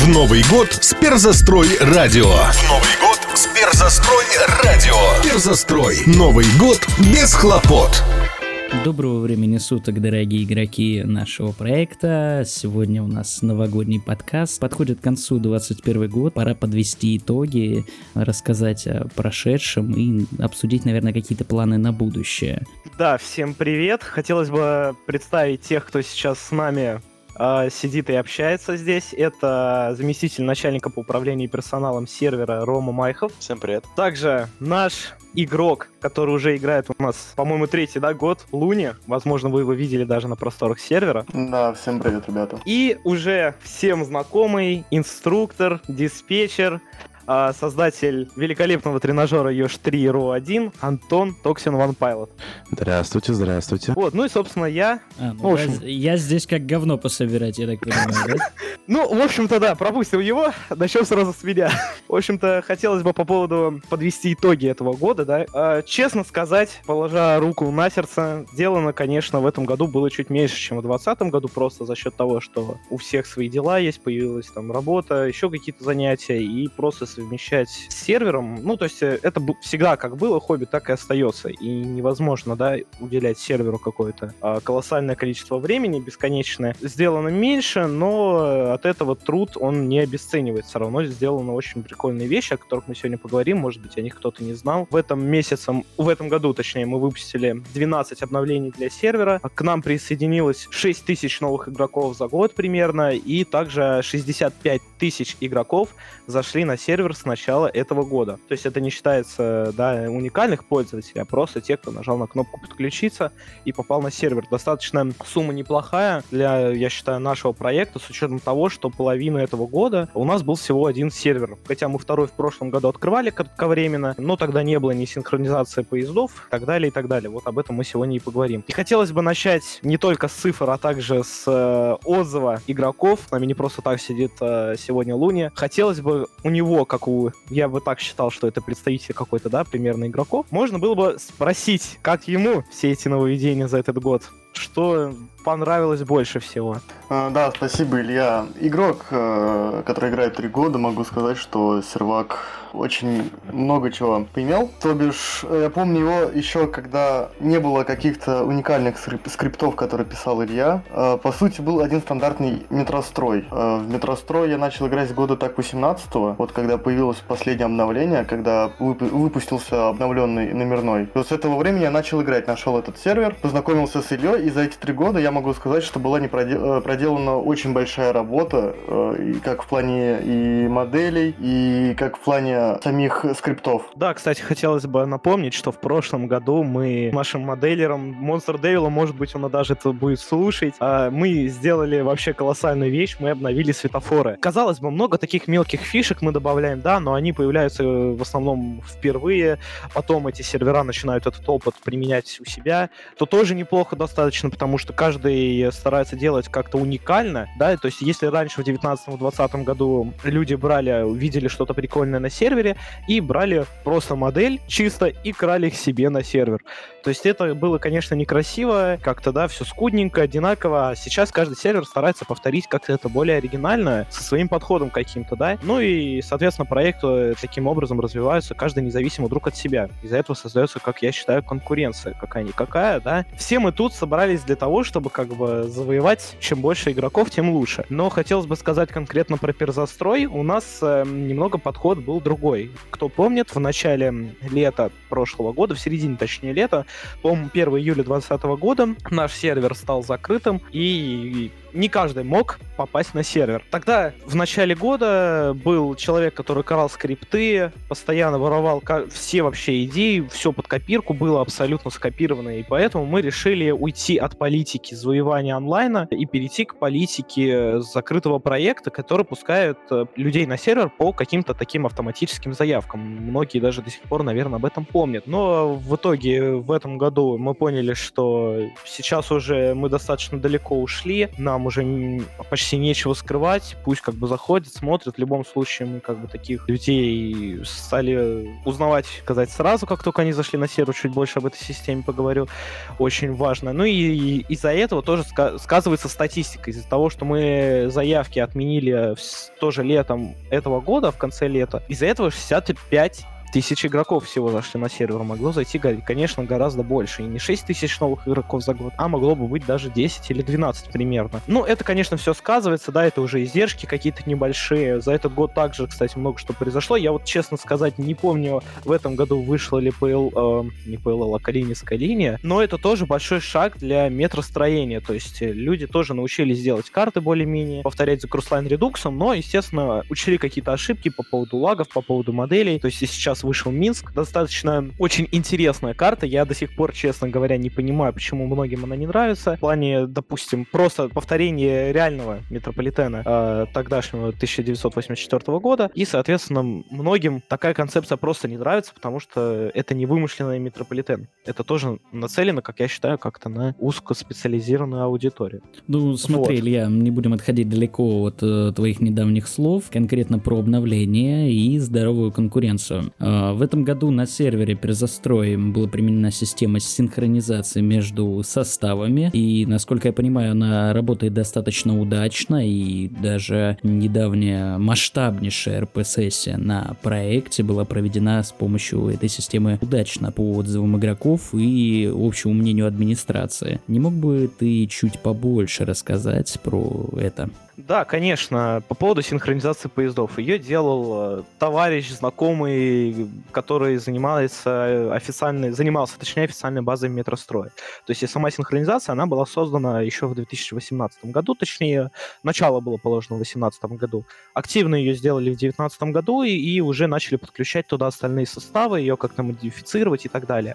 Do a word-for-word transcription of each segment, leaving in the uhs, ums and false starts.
Новый год с Перзастрой Радио. В Новый год с Перзастрой Радио. Перзастрой. Новый год без хлопот. Доброго времени суток, дорогие игроки нашего проекта. Сегодня у нас новогодний подкаст. Подходит к концу двадцать первый год. Пора подвести итоги, рассказать о прошедшем и обсудить, наверное, какие-то планы на будущее. Да, всем привет. Хотелось бы представить тех, кто сейчас с нами э, сидит и общается здесь. Это заместитель начальника по управлению персоналом сервера Рома Майхов. Всем привет. Также наш игрок, который уже играет у нас, по-моему, третий, да, год, Луни. Возможно, вы его видели даже на просторах сервера. Да, всем привет, ребята. И уже всем знакомый инструктор, диспетчер, создатель великолепного тренажера Йош три точка эр один Антон Toxin One Pilot. Здравствуйте, здравствуйте. Вот, ну и, собственно, я. А, ну, в общем... я, я здесь как говно пособирать, я так понимаю, да? Ну, в общем-то, да, пропустим его, начнем сразу с меня. В общем-то, хотелось бы по поводу подвести итоги этого года, да. Честно сказать, положа руку на сердце, сделано, конечно, в этом году было чуть меньше, чем в двадцатом году, просто за счет того, что у всех свои дела есть, появилась там работа, еще какие-то занятия, и просто совмещать с сервером, ну, то есть это всегда как было хобби, так и остается, и невозможно, да, уделять серверу какое-то а, колоссальное количество времени, бесконечное. Сделано меньше, но от этого труд, он не обесценивает, все равно сделаны очень прикольные вещи, о которых мы сегодня поговорим, может быть, о них кто-то не знал. В этом месяце, в этом году, точнее, мы выпустили двенадцать обновлений для сервера, к нам присоединилось шесть тысяч новых игроков за год примерно, и также шестьдесят пять тысяч игроков зашли на сервер с начала этого года. То есть это не считается, да, уникальных пользователей, а просто те, кто нажал на кнопку подключиться и попал на сервер. Достаточно сумма неплохая для, я считаю, нашего проекта, с учетом того, что половину этого года у нас был всего один сервер. Хотя мы второй в прошлом году открывали кратковременно, но тогда не было ни синхронизации поездов и так далее, и так далее. Вот об этом мы сегодня и поговорим. И хотелось бы начать не только с цифр, а также с э, отзыва игроков. С нами не просто так сидит э, сегодня Луни. Хотелось бы у него, как у... Я бы так считал, что это представитель какой-то, да, примерно игроков. Можно было бы спросить, как ему все эти нововведения за этот год? Что понравилось больше всего? А, да, спасибо, Илья. Игрок, который играет три года, могу сказать, что сервак очень много чего поимел. То бишь, я помню его еще, когда не было каких-то уникальных скриптов, которые писал Илья. По сути, был один стандартный метрострой. В метрострой я начал играть с года так восемнадцатого, вот когда появилось последнее обновление, когда вып- выпустился обновленный номерной. И вот с этого времени я начал играть, нашел этот сервер, познакомился с Ильей, и за эти три года я могу сказать, что была не продел- проделана очень большая работа, и как в плане и моделей, и как в плане самих скриптов. Да, кстати, хотелось бы напомнить, что в прошлом году мы нашим моделером Monster Devil, может быть, он даже это будет слушать, мы сделали вообще колоссальную вещь, мы обновили светофоры. Казалось бы, много таких мелких фишек мы добавляем, да, но они появляются в основном впервые, потом эти сервера начинают этот опыт применять у себя, то тоже неплохо достаточно, потому что каждый старается делать как-то уникально, да, то есть если раньше в девятнадцатом-двадцатом году люди брали, увидели что-то прикольное на сервере и брали просто модель чисто и крали их себе на сервер. То есть это было, конечно, некрасиво, как-то, да, все скудненько, одинаково, а сейчас каждый сервер старается повторить как-то это более оригинально, со своим подходом каким-то, да, ну и, соответственно, проекты таким образом развиваются, каждый независимо друг от себя. Из-за этого создается, как я считаю, конкуренция какая-никакая, да. Все мы тут собрались для того, чтобы как бы завоевать, чем больше игроков, тем лучше. Но хотелось бы сказать конкретно про Перзастрой. У нас э, немного подход был другой. Кто помнит, в начале лета прошлого года, в середине, точнее, лета, по-моему, первого июля двадцатого года наш сервер стал закрытым, и не каждый мог попасть на сервер. Тогда в начале года был человек, который карал скрипты, постоянно воровал все вообще идеи, все под копирку было абсолютно скопировано, и поэтому мы решили уйти от политики завоевания онлайна и перейти к политике закрытого проекта, который пускает людей на сервер по каким-то таким автоматическим заявкам. Многие даже до сих пор, наверное, об этом помнят. Но в итоге в этом году мы поняли, что сейчас уже мы достаточно далеко ушли, нам нам уже н- почти нечего скрывать, пусть как бы заходят, смотрят. В любом случае мы как бы таких людей стали узнавать, сказать сразу, как только они зашли на сервер, чуть больше об этой системе поговорю, очень важно. Ну и, и из-за этого тоже ска- сказывается статистика, из-за того, что мы заявки отменили в- тоже летом этого года, в конце лета, из-за этого шестьдесят пять тысяч игроков всего зашли на сервер, могло зайти, конечно, гораздо больше. И не шесть тысяч новых игроков за год, а могло бы быть даже десять или двенадцать примерно. Ну, это, конечно, все сказывается, да, это уже издержки какие-то небольшие. За этот год также, кстати, много что произошло. Я вот, честно сказать, не помню, в этом году вышла ли пэ эл, э, не пэ эл эл, а Калининская линия, но это тоже большой шаг для метростроения, то есть люди тоже научились делать карты более-менее, повторять за Круслайн редуксом, но, естественно, учли какие-то ошибки по поводу лагов, по поводу моделей, то есть и сейчас вышел Минск. Достаточно очень интересная карта. Я до сих пор, честно говоря, не понимаю, почему многим она не нравится. В плане, допустим, просто повторение реального метрополитена э, тогдашнего тысяча девятьсот восемьдесят четвёртого года. И, соответственно, многим такая концепция просто не нравится, потому что это не вымышленный метрополитен. Это тоже нацелено, как я считаю, как-то на узкоспециализированную аудиторию. Ну, смотри, Вот. Илья, не будем отходить далеко от э, твоих недавних слов, конкретно про обновление и здоровую конкуренцию. Э, в этом году на сервере Перзастрой была применена система синхронизации между составами, и, насколько я понимаю, она работает достаточно удачно, и даже недавняя масштабнейшая эр пи-сессия на проекте была проведена с помощью этой системы удачно по отзывам игроков и общему мнению администрации. Не мог бы ты чуть побольше рассказать про это? Да, конечно, по поводу синхронизации поездов. Ее делал э, товарищ, знакомый, который занимается официальной, занимался, точнее, официальной базой метростроя. То есть и сама синхронизация, она была создана еще в две тысячи восемнадцатом году, точнее, начало было положено в две тысячи восемнадцатом году. Активно ее сделали в две тысячи девятнадцатом году и, и уже начали подключать туда остальные составы, ее как-то модифицировать и так далее.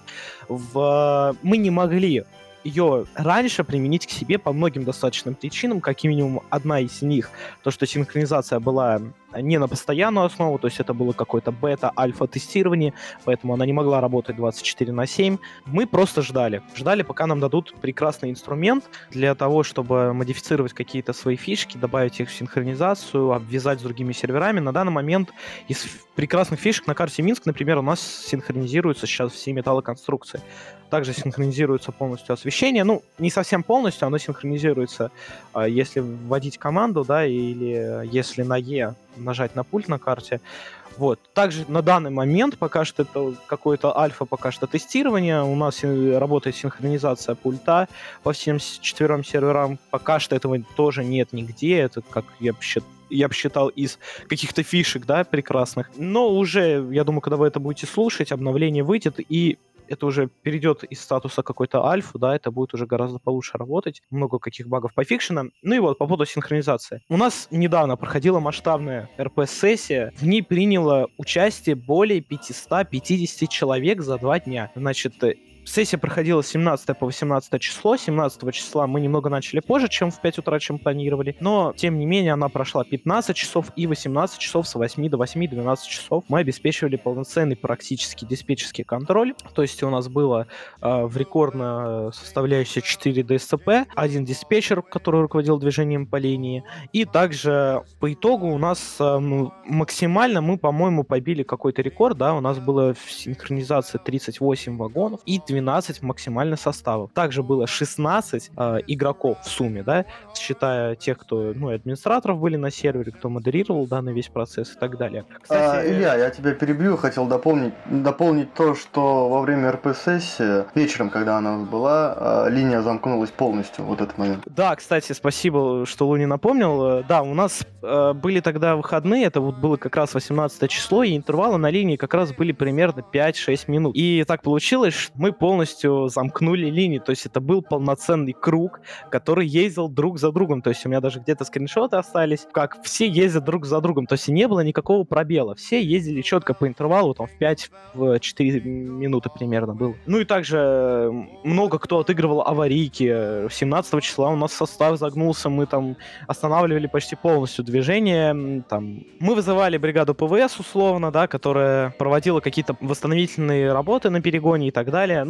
В... Мы не могли ее раньше применить к себе по многим достаточным причинам, как минимум одна из них, то, что синхронизация была не на постоянную основу, то есть это было какое-то бета-альфа-тестирование, поэтому она не могла работать двадцать четыре на семь. Мы просто ждали. Ждали, пока нам дадут прекрасный инструмент для того, чтобы модифицировать какие-то свои фишки, добавить их в синхронизацию, обвязать с другими серверами. На данный момент из прекрасных фишек на карте Минск, например, у нас синхронизируются сейчас все металлоконструкции. Также синхронизируется полностью освещение. Ну, не совсем полностью, оно синхронизируется, если вводить команду, да, или если на Е нажать на пульт на карте. Вот. Также на данный момент, пока что это какое-то альфа, пока что тестирование, у нас работает синхронизация пульта по всем четырем серверам. Пока что этого тоже нет нигде. Это, как я бы считаю, я бы считал, из каких-то фишек, да, прекрасных. Но уже, я думаю, когда вы это будете слушать, обновление выйдет, и это уже перейдет из статуса какой-то альфы, да, это будет уже гораздо получше работать. Много каких багов пофикшено. Ну и вот, по поводу синхронизации. У нас недавно проходила масштабная эр пи-сессия. В ней приняло участие более пятьсот пятьдесят человек за два дня. Значит, сессия проходила с семнадцатого по восемнадцатое число. семнадцатого числа мы немного начали позже, чем в пять утра, чем планировали. Но, тем не менее, она прошла пятнадцать часов и восемнадцать часов с восьми до восьми двенадцать часов. Мы обеспечивали полноценный практически диспетчерский контроль. То есть у нас было э, в рекордно составляющей четыре ди эс цэ пэ, один диспетчер, который руководил движением по линии. И также по итогу у нас э, максимально мы, по-моему, побили какой-то рекорд. Да? У нас было в синхронизации тридцать восемь вагонов и двенадцать максимально составов. Также было шестнадцать э, игроков в сумме, да, считая тех, кто, ну, и администраторов были на сервере, кто модерировал данный весь процесс и так далее. Кстати, а, Илья, я тебя перебью, хотел дополнить, дополнить то, что во время эр пи-сессии, вечером, когда она была, линия замкнулась полностью, вот этот момент. Да, кстати, спасибо, что Луни напомнил. Да, у нас э, были тогда выходные, это вот было как раз восемнадцатое число, и интервалы на линии как раз были примерно пять-шесть минут. И так получилось, что мы полностью замкнули линии, то есть это был полноценный круг, который ездил друг за другом, то есть у меня даже где-то скриншоты остались, как все ездят друг за другом, то есть не было никакого пробела, все ездили четко по интервалу, там в пять-четыре минуты примерно было. Ну и также много кто отыгрывал аварийки, семнадцатого числа у нас состав загнулся, мы там останавливали почти полностью движение, там мы вызывали бригаду пэ вэ эс условно, да, которая проводила какие-то восстановительные работы на перегоне и так далее. Ну,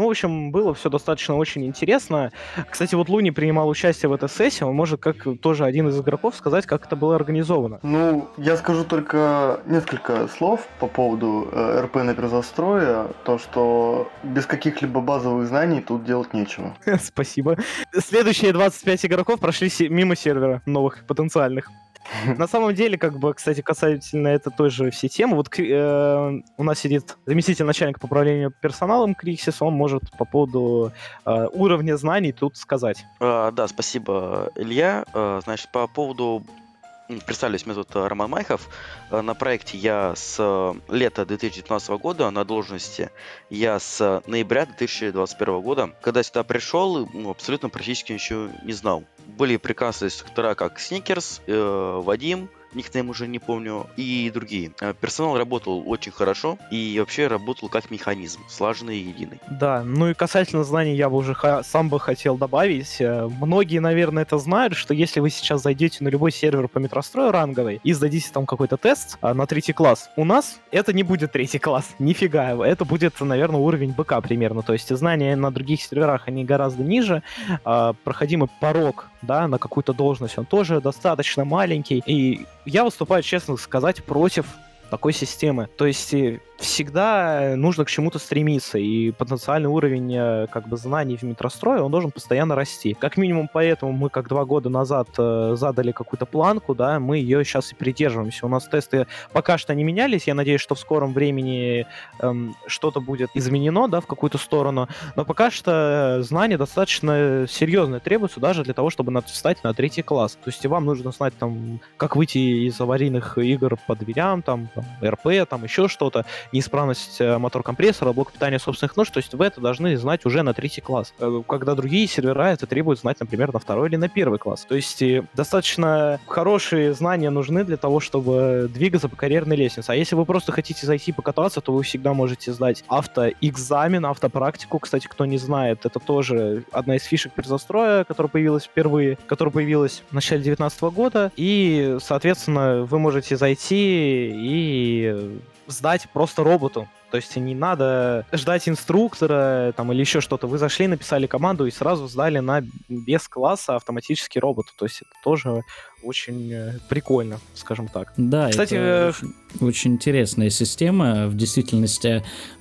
Ну, в общем, было все достаточно очень интересно. Кстати, вот Луни принимал участие в этой сессии, он может как тоже один из игроков сказать, как это было организовано. Ну, я скажу только несколько слов по поводу э, эр пи на перезастрое, то, что без каких-либо базовых знаний тут делать нечего. Спасибо. Следующие двадцать пять игроков прошли мимо сервера новых потенциальных. На самом деле, как бы, кстати, касательно этой той же всей темы, вот э, у нас сидит заместитель начальника по управлению персоналом Криксис, он может по поводу э, уровня знаний тут сказать. А, да, спасибо, Илья. А, значит, по поводу... Представлюсь, меня зовут Роман Майхов. На проекте я с лета две тысячи девятнадцатого года, на должности я с ноября две тысячи двадцать первого года. Когда сюда пришел, ну, абсолютно практически ничего не знал. Были прекрасные инструктора, как Сникерс, э, Вадим, никнейм уже не помню, и другие. Персонал работал очень хорошо и вообще работал как механизм, слаженный и единый. Да, ну и касательно знаний я бы уже ха- сам бы хотел добавить. Многие, наверное, это знают, что если вы сейчас зайдете на любой сервер по метрострою ранговый и сдадите там какой-то тест а, на третий класс, у нас это не будет третий класс, нифига. Это будет, наверное, уровень БК примерно. То есть знания на других серверах, они гораздо ниже. А, проходимый порог, да, на какую-то должность, он тоже достаточно маленький. И я выступаю, честно сказать, против такой системы. То есть всегда нужно к чему-то стремиться, и потенциальный уровень как бы знаний в метрострое, он должен постоянно расти. Как минимум поэтому мы, как два года назад э, задали какую-то планку, да, мы ее сейчас и придерживаемся. У нас тесты пока что не менялись, я надеюсь, что в скором времени эм, что-то будет изменено, да, в какую-то сторону, но пока что знания достаточно серьезные требуются даже для того, чтобы встать на третий класс. То есть вам нужно знать, там, как выйти из аварийных игр по дверям, там, там эр пи, там, еще что-то, неисправность мотор-компрессора, блок питания собственных нож, то есть вы это должны знать уже на третий класс. Когда другие сервера это требуют знать, например, на второй или на первый класс. То есть достаточно хорошие знания нужны для того, чтобы двигаться по карьерной лестнице. А если вы просто хотите зайти покататься, то вы всегда можете сдать автоэкзамен, автопрактику. Кстати, кто не знает, это тоже одна из фишек перезастроя, которая появилась впервые, которая появилась в начале две тысячи девятнадцатого года. И, соответственно, вы можете зайти и сдать просто роботу. То есть не надо ждать инструктора там, или еще что-то. Вы зашли, написали команду и сразу сдали на без класса автоматический робот. То есть это тоже очень прикольно, скажем так. Да, кстати, это очень, очень интересная система. В действительности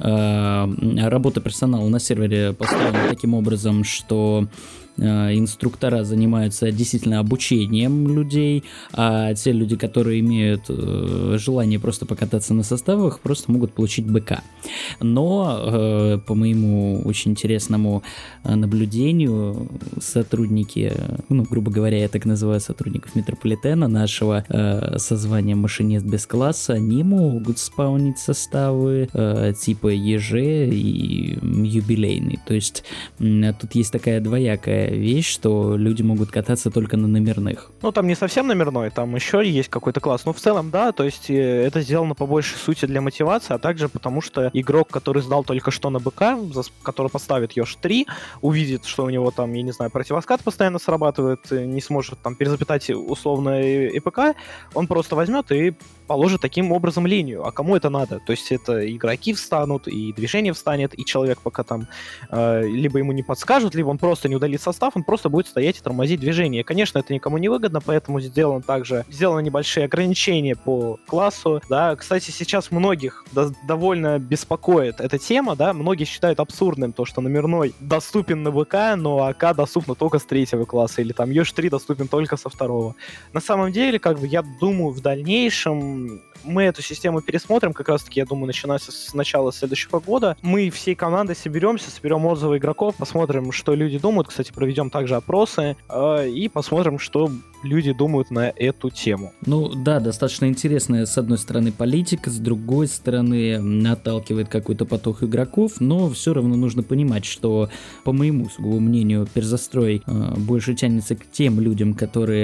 э, работа персонала на сервере построена таким образом, что инструктора занимаются действительно обучением людей, а те люди, которые имеют э, желание просто покататься на составах, просто могут получить БК. Но, э, по моему очень интересному наблюдению, сотрудники, ну, грубо говоря, я так называю сотрудников метрополитена нашего э, со званием машинист без класса, не могут спаунить составы э, типа ЕЖ и юбилейный. То есть э, тут есть такая двоякая вещь, что люди могут кататься только на номерных. Ну, там не совсем номерной, там еще есть какой-то класс. Ну, в целом, да, то есть это сделано по большей сути для мотивации, а также потому, что игрок, который сдал только что на БК, который поставит Йош три, увидит, что у него там, я не знаю, противоскат постоянно срабатывает, не сможет там перезапитать условно ЭПК, он просто возьмет и положит таким образом линию. А кому это надо? То есть это игроки встанут, и движение встанет, и человек пока там э, либо ему не подскажут, либо он просто не удалит состав, он просто будет стоять и тормозить движение. Конечно, это никому не выгодно, поэтому сделано также, сделаны небольшие ограничения по классу. Да. Кстати, сейчас многих до- довольно беспокоит эта тема, да, многие считают абсурдным то, что номерной доступен на ВК, но АК доступна только с третьего класса, или там Йош три доступен только со второго. На самом деле, как бы, я думаю, в дальнейшем мы эту систему пересмотрим, как раз-таки, я думаю, начиная с начала следующего года. Мы всей командой соберемся, соберем отзывы игроков, посмотрим, что люди думают. Кстати, проведем также опросы э, и посмотрим, что люди думают на эту тему. Ну да, достаточно интересная, с одной стороны, политика, с другой стороны, отталкивает какой-то поток игроков, но все равно нужно понимать, что, по моему сугубо мнению, перезастрой э, больше тянется к тем людям, которые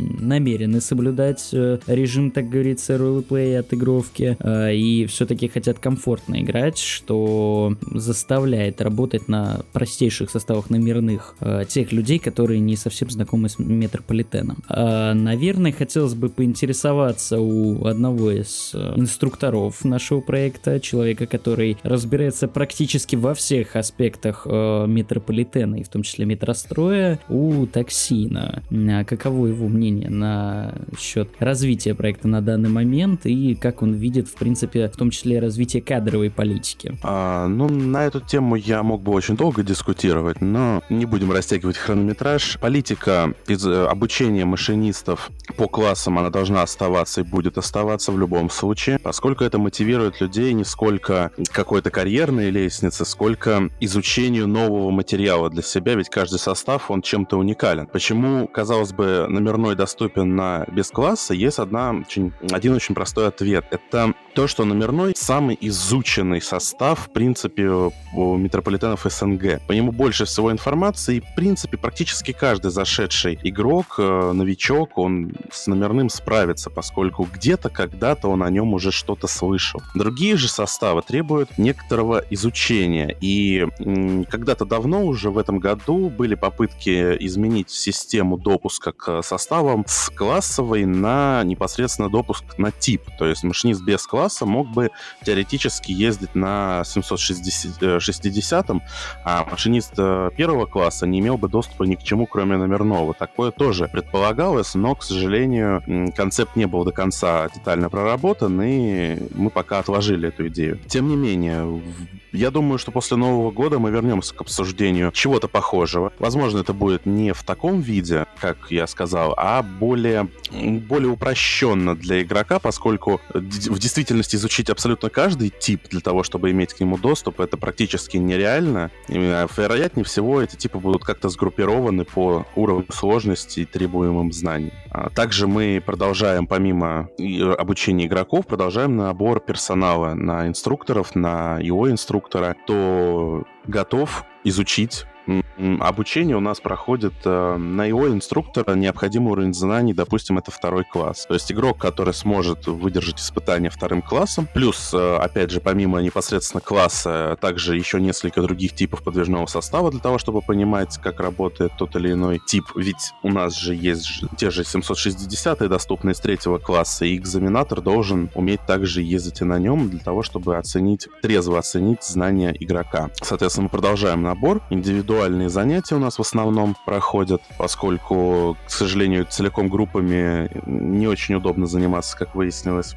намерены соблюдать э, режим, так говорится, ролеплей, отыгровки, э, и все-таки хотят комфортно играть, что заставляет работать на простейших составах номерных э, тех людей, которые не совсем знакомы с метрополитеном. Э, наверное, хотелось бы поинтересоваться у одного из э, инструкторов нашего проекта, человека, который разбирается практически во всех аспектах э, метрополитена, и в том числе метростроя, у Токсина. А каково его мнение на счет развития проекта на данный момент, и как он видит, в принципе, в том числе развитие кадровой политики? А, ну, на эту тему я мог бы очень долго дискутировать, но не будем растягивать хронометраж. Политика из обучения машинистов по классам, она должна оставаться и будет оставаться в любом случае, поскольку это мотивирует людей не сколько какой-то карьерной лестницы, сколько изучению нового материала для себя, ведь каждый состав, он чем-то уникален. Почему, казалось бы, номерной доступен на без класса, есть одна, очень, один очень простой ответ. Это то, что номерной самый изученный состав, в принципе, у метрополитенов СНГ. По нему больше всего информации, и, в принципе, практически каждый зашедший игрок, новичок, он с номерным справится, поскольку где-то, когда-то он о нем уже что-то слышал. Другие же составы требуют некоторого изучения, и м- когда-то давно, уже в этом году, были попытки изменить систему допуска к составам с классовой на непосредственно допуск на тип. То есть машинист без класса мог бы теоретически ездить на семьсот шестидесятом, а машинист первого класса не имел бы доступа ни к чему, кроме номерного. Такое тоже предполагалось, но, к сожалению, концепт не был до конца детально проработан, и мы пока отложили эту идею. Тем не менее, я думаю, что после Нового года мы вернемся к обсуждению чего-то похожего. Возможно, это будет не в таком виде, как я сказал, а более, более упрощенно для игрока, поскольку в действительности изучить абсолютно каждый тип для того, чтобы иметь к нему доступ, это практически нереально. И, вероятнее всего, эти типы будут как-то сгруппированы по уровню сложности и требуемым знаний. А также мы продолжаем, помимо обучения игроков, продолжаем набор персонала на инструкторов, на ай о-инструктора, кто готов изучить. Обучение у нас проходит э, на ай о-инструктора необходимый уровень знаний, допустим, это второй класс. То есть игрок, который сможет выдержать испытание вторым классом, плюс, э, опять же, помимо непосредственно класса, также еще несколько других типов подвижного состава для того, чтобы понимать, как работает тот или иной тип. Ведь у нас же есть те же семьсот шестидесятые, доступные с третьего класса, и экзаменатор должен уметь также ездить и на нем для того, чтобы оценить, трезво оценить знания игрока. Соответственно, мы продолжаем набор. Индивидуальные занятия у нас в основном проходят, поскольку, к сожалению, целиком группами не очень удобно заниматься, как выяснилось.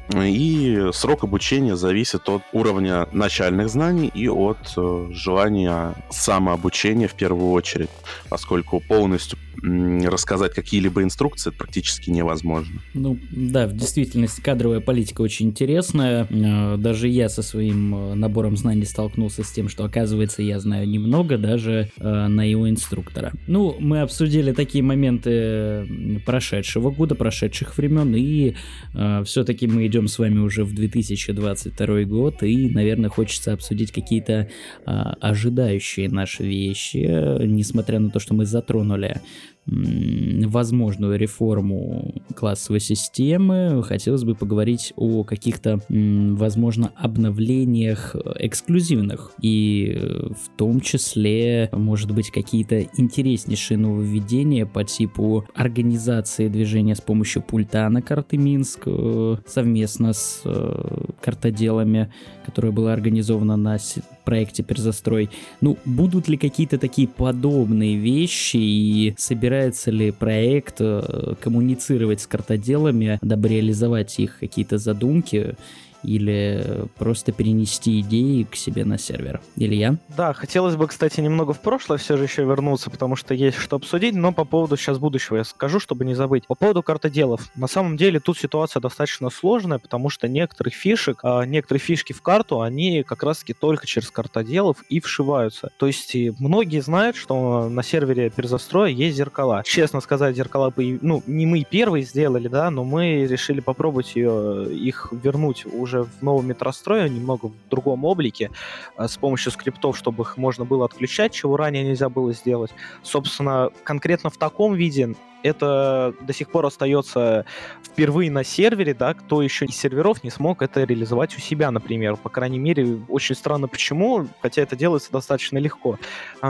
И срок обучения зависит от уровня начальных знаний и от э, желания самообучения в первую очередь, поскольку полностью рассказать какие-либо инструкции это практически невозможно. Ну да, в действительности кадровая политика очень интересная. Даже я со своим набором знаний столкнулся с тем, что, оказывается, я знаю немного даже э, на ай о-инструктора. Ну, мы обсудили такие моменты прошедшего года, прошедших времен, и э, все-таки мы идем с вами уже в две тысячи двадцать второй год, и, наверное, хочется обсудить какие-то э, ожидающие наши вещи, несмотря на то, что мы затронули возможную реформу классовой системы, хотелось бы поговорить о каких-то, возможно, обновлениях эксклюзивных, и в том числе, может быть, какие-то интереснейшие нововведения по типу организации движения с помощью пульта на карты Минск совместно с картоделами, которая была организована на проекте Перзастрой. Ну, будут ли какие-то такие подобные вещи, и собирается ли проект коммуницировать с картоделами, дабы реализовать их какие-то задумки, или просто перенести идеи к себе на сервер? Илья? Да, хотелось бы, кстати, немного в прошлое все же еще вернуться, потому что есть что обсудить, но по поводу сейчас будущего я скажу, чтобы не забыть. По поводу картоделов. На самом деле тут ситуация достаточно сложная, потому что некоторых фишек, а, некоторые фишки в карту, они как раз-таки только через картоделов и вшиваются. То есть многие знают, что на сервере Перзастроя есть зеркала. Честно сказать, зеркала, ну, не мы первые сделали, да, но мы решили попробовать ее, их вернуть уже уже в новом метрострое, немного в другом облике, с помощью скриптов, чтобы их можно было отключать, чего ранее нельзя было сделать. Собственно, конкретно в таком виде это до сих пор остается впервые на сервере, да, кто еще из серверов не смог это реализовать у себя, например. По крайней мере, очень странно почему, хотя это делается достаточно легко.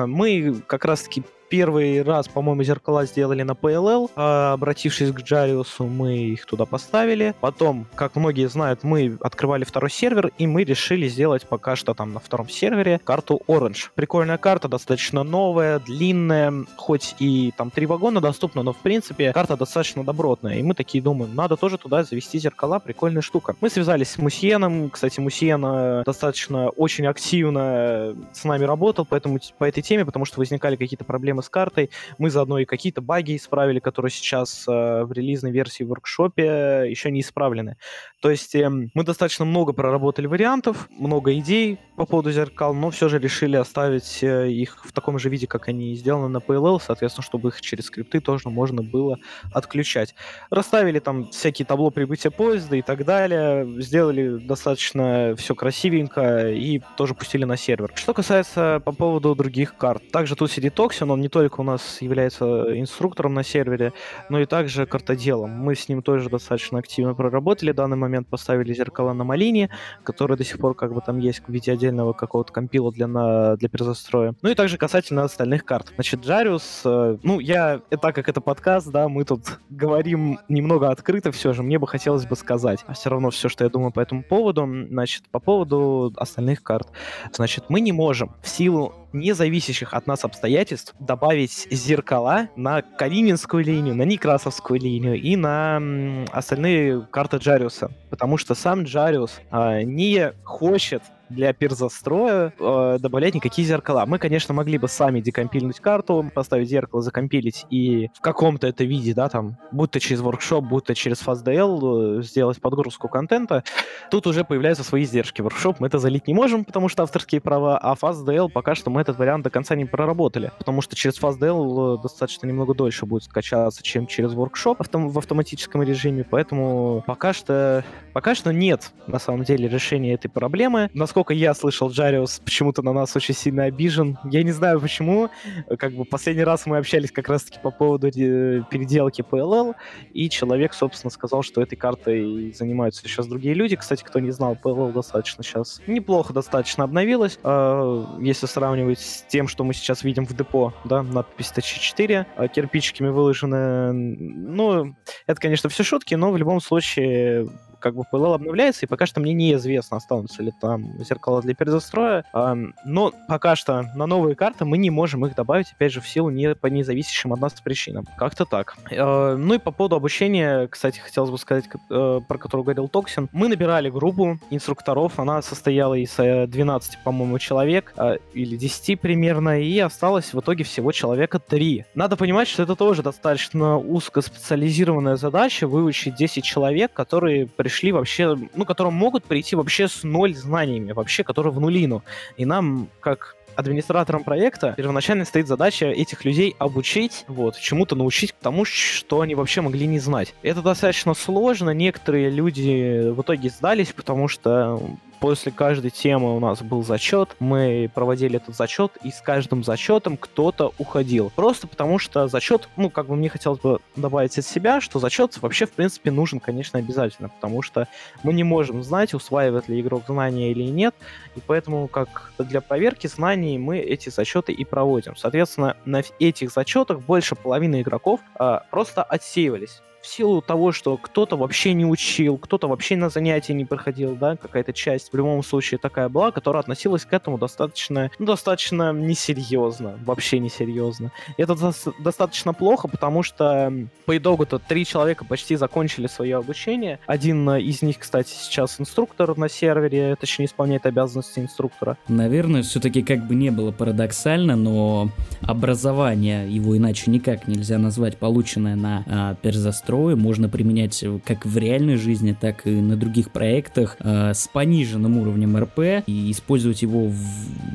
Мы как раз-таки первый раз, по-моему, зеркала сделали на пи эл эл. А, обратившись к Джариусу, мы их туда поставили. Потом, как многие знают, мы открывали второй сервер, и мы решили сделать пока что там на втором сервере карту Orange. Прикольная карта, достаточно новая, длинная, хоть и там три вагона доступно, но в принципе карта достаточно добротная. И мы такие думаем, надо тоже туда завести зеркала, прикольная штука. Мы связались с Мусьеном. Кстати, Мусьен достаточно очень активно с нами работал поэтому, по этой теме, потому что возникали какие-то проблемы с картой. Мы заодно и какие-то баги исправили, которые сейчас э, в релизной версии в воркшопе еще не исправлены. То есть э, мы достаточно много проработали вариантов, много идей по поводу зеркал, но все же решили оставить э, их в таком же виде, как они сделаны на пи эл эл, соответственно, чтобы их через скрипты тоже можно было отключать. Расставили там всякие табло прибытия поезда и так далее, сделали достаточно все красивенько и тоже пустили на сервер. Что касается по поводу других карт, также тут сидит Toxin, он не только у нас является инструктором на сервере, но и также картоделом. Мы с ним тоже достаточно активно проработали. В данный момент поставили зеркала на Малине, которые до сих пор как бы там есть в виде отдельного какого-то компила для, на, для перезастроя. Ну и также касательно остальных карт. Значит, Джариус, э, ну я, так как это подкаст, да, мы тут говорим немного открыто все же, мне бы хотелось бы сказать. А все равно все, что я думаю по этому поводу, значит, по поводу остальных карт. Значит, мы не можем в силу независящих от нас обстоятельств добавить зеркала на Калининскую линию, на Некрасовскую линию и на м, остальные карты Джариуса, потому что сам Джариус а, не хочет для перзастроя э, добавлять никакие зеркала. Мы, конечно, могли бы сами декомпильнуть карту, поставить зеркало, закомпилить и в каком-то это виде, да, там, будь то через воркшоп, будь то через FastDL, э, сделать подгрузку контента. Тут уже появляются свои издержки. Воркшоп мы это залить не можем, потому что авторские права, а FastDL пока что мы этот вариант до конца не проработали, потому что через FastDL достаточно немного дольше будет скачаться, чем через воркшоп автом- в автоматическом режиме, поэтому пока что, пока что нет, на самом деле, решения этой проблемы. Насколько я слышал, Джариус почему-то на нас очень сильно обижен. Я не знаю почему. Как бы последний раз мы общались как раз-таки по поводу переделки пи эл эл, и человек, собственно, сказал, что этой картой занимаются сейчас другие люди. Кстати, кто не знал, пи эл эл достаточно сейчас неплохо достаточно обновилась. Если сравнивать с тем, что мы сейчас видим в депо, да, надпись ти си четыре, кирпичиками выложены. Ну, это, конечно, все шутки, но в любом случае как бы пи эл эл обновляется, и пока что мне неизвестно, останутся ли там зеркала для перезастроя. Но пока что на новые карты мы не можем их добавить, опять же, в силу не по независящим от нас причинам. Как-то так. Ну и по поводу обучения, кстати, хотелось бы сказать, про которую говорил Toxin. Мы набирали группу инструкторов, она состояла из двенадцати, по-моему, человек, или десяти примерно, и осталось в итоге всего человека три. Надо понимать, что это тоже достаточно узкоспециализированная задача, выучить десять человек, которые пришли вообще, ну, которым могут прийти вообще с ноль знаниями, вообще, которые в нулину. И нам, как администраторам проекта, первоначально стоит задача этих людей обучить, вот, чему-то научить тому, что они вообще могли не знать. Это достаточно сложно, некоторые люди в итоге сдались, потому что после каждой темы у нас был зачет, мы проводили этот зачет, и с каждым зачетом кто-то уходил. Просто потому что зачет, ну, как бы мне хотелось бы добавить от себя, что зачет вообще, в принципе, нужен, конечно, обязательно, потому что мы не можем знать, усваивает ли игрок знания или нет, и поэтому, как для проверки знаний, мы эти зачеты и проводим. Соответственно, на этих зачетах больше половины игроков а, просто отсеивались. В силу того, что кто-то вообще не учил, кто-то вообще на занятия не приходил, да, какая-то часть, в любом случае, такая была, которая относилась к этому достаточно, ну, достаточно несерьезно, вообще несерьезно. И это до- достаточно плохо, потому что по итогу-то три человека почти закончили свое обучение. Один из них, кстати, сейчас инструктор на сервере, точнее, исполняет обязанности инструктора. Наверное, все-таки как бы не было парадоксально, но образование, его иначе никак нельзя назвать, полученное на а, перзастрое, можно применять как в реальной жизни, так и на других проектах э, с пониженным уровнем эр пи и использовать его в,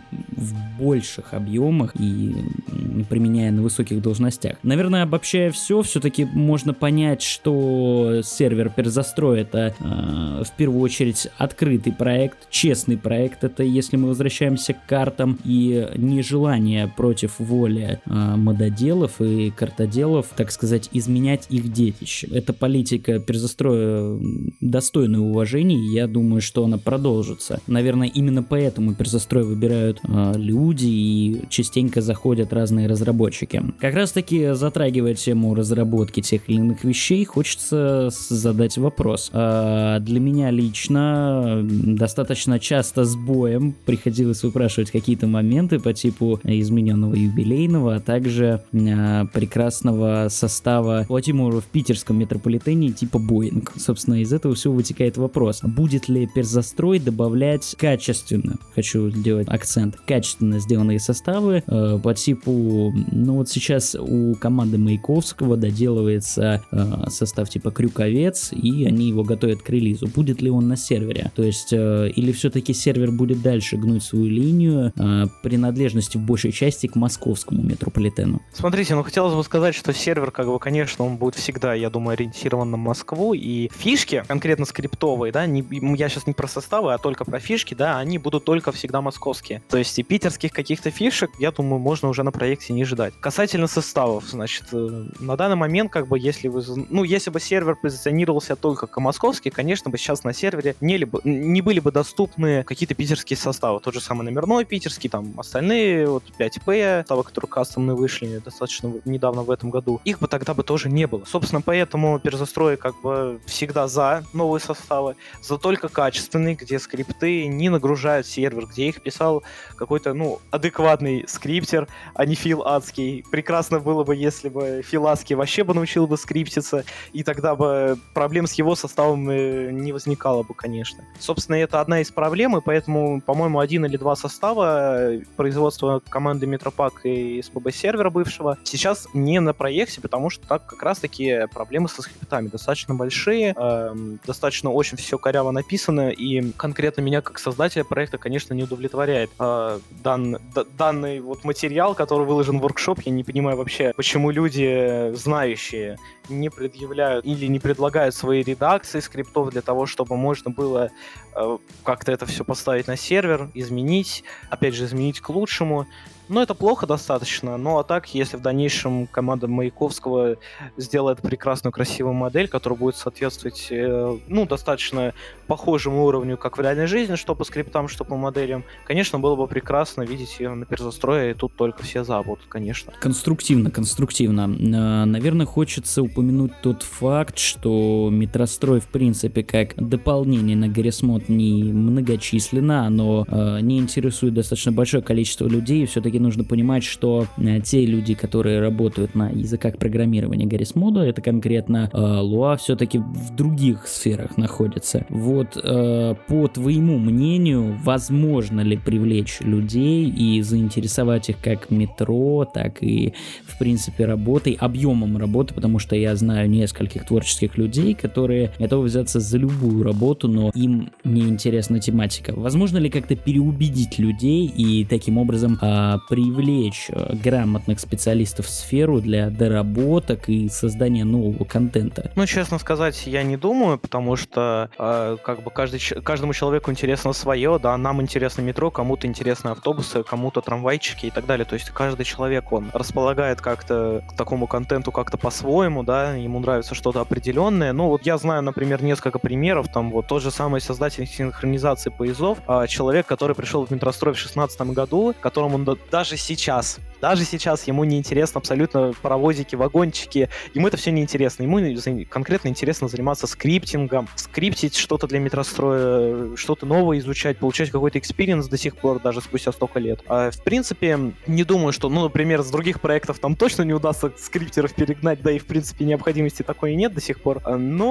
в больших объемах и применяя на высоких должностях. Наверное, обобщая все, все-таки можно понять, что сервер перезастрой — это э, в первую очередь открытый проект, честный проект. Это если мы возвращаемся к картам, и нежелание против воли э, мододелов и картоделов, так сказать, изменять их детище. Эта политика перезастроя достойна уважения, и я думаю, что она продолжится. Наверное, именно поэтому перезастрой выбирают э, люди и частенько заходят разные разработчики. Как раз таки, затрагивая тему разработки тех или иных вещей, хочется задать вопрос. Э, для меня лично достаточно часто с боем приходилось выпрашивать какие-то моменты по типу измененного юбилейного, а также э, прекрасного состава Латимора в питерском метрополитене типа Боинг. Собственно, из этого всего вытекает вопрос: будет ли перзастрой добавлять качественно, хочу сделать акцент, качественно сделанные составы э, по типу, ну вот сейчас у команды Маяковского доделывается э, состав типа Крюковец, и они его готовят к релизу. Будет ли он на сервере? То есть, э, или все-таки сервер будет дальше гнуть свою линию э, принадлежности в большей части к московскому метрополитену? Смотрите, ну хотелось бы сказать, что сервер, как бы, конечно, он будет всегда, я думаю, ориентирован на Москву, и фишки, конкретно скриптовые, да, не, я сейчас не про составы, а только про фишки, да, они будут только всегда московские. То есть и питерских каких-то фишек, я думаю, можно уже на проекте не ждать. Касательно составов, значит, на данный момент, как бы, если вы, ну, если бы сервер позиционировался только как московский, конечно бы сейчас на сервере не, либо, не были бы доступны какие-то питерские составы. Тот же самый номерной питерский, там, остальные, вот, пять пэ, составы, которые кастомные вышли достаточно недавно в этом году, их бы тогда бы тоже не было. Собственно, поэтому перезастрой, как бы, всегда за новые составы, за только качественные, где скрипты не нагружают сервер, где их писал какой-то, ну, адекватный скриптер, а не Фил Адский. Прекрасно было бы, если бы Фил Адский вообще бы научил бы скриптиться, и тогда бы проблем с его составом не возникало бы, конечно. Собственно, это одна из проблем, и поэтому, по-моему, один или два состава производства команды Метропак и эс пэ бэ сервера бывшего сейчас не на проекте, потому что так как раз-таки проблемы со скриптами достаточно большие, э, достаточно очень все коряво написано, и конкретно меня как создателя проекта, конечно, не удовлетворяет э, дан, д- данный вот материал, который выложен в воркшоп. Я не понимаю вообще, почему люди, знающие, не предъявляют или не предлагают свои редакции скриптов для того, чтобы можно было э, как-то это все поставить на сервер, изменить, опять же, изменить к лучшему. Но это плохо достаточно, ну а так, если в дальнейшем команда Маяковского сделает прекрасную, красивую модель, которая будет соответствовать, э, ну, достаточно похожему уровню, как в реальной жизни, что по скриптам, что по моделям, конечно, было бы прекрасно видеть ее на перезастрое, и тут только все за будут, конечно. Конструктивно, конструктивно. Наверное, хочется упомянуть тот факт, что метрострой, в принципе, как дополнение на Гаррисмод не многочисленно, оно э, не интересует достаточно большое количество людей, и все-таки нужно понимать, что э, те люди, которые работают на языках программирования Гаррисмода, это конкретно э, Lua, все-таки в других сферах находится. Вот э, по твоему мнению, возможно ли привлечь людей и заинтересовать их как метро, так и, в принципе, работой, объемом работы, потому что я знаю нескольких творческих людей, которые готовы взяться за любую работу, но им не интересна тематика. Возможно ли как-то переубедить людей и таким образом э, привлечь грамотных специалистов в сферу для доработок и создания нового контента? Ну, честно сказать, я не думаю, потому что э, как бы каждый, каждому человеку интересно свое, да, нам интересно метро, кому-то интересны автобусы, кому-то трамвайчики и так далее. То есть каждый человек, он располагает как-то к такому контенту как-то по-своему, да, ему нравится что-то определенное. Ну, вот я знаю, например, несколько примеров, там вот тот же самый создатель синхронизации поездов, э, человек, который пришел в метрострой в шестнадцатом году, которому он даже сейчас, даже сейчас ему не интересно абсолютно паровозики, вагончики, ему это все не интересно, ему конкретно интересно заниматься скриптингом, скриптить что-то для метростроя, что-то новое изучать, получать какой-то экспириенс до сих пор, даже спустя столько лет. А, в принципе, не думаю, что, ну, например, с других проектов там точно не удастся скриптеров перегнать, да и, в принципе, необходимости такой нет до сих пор,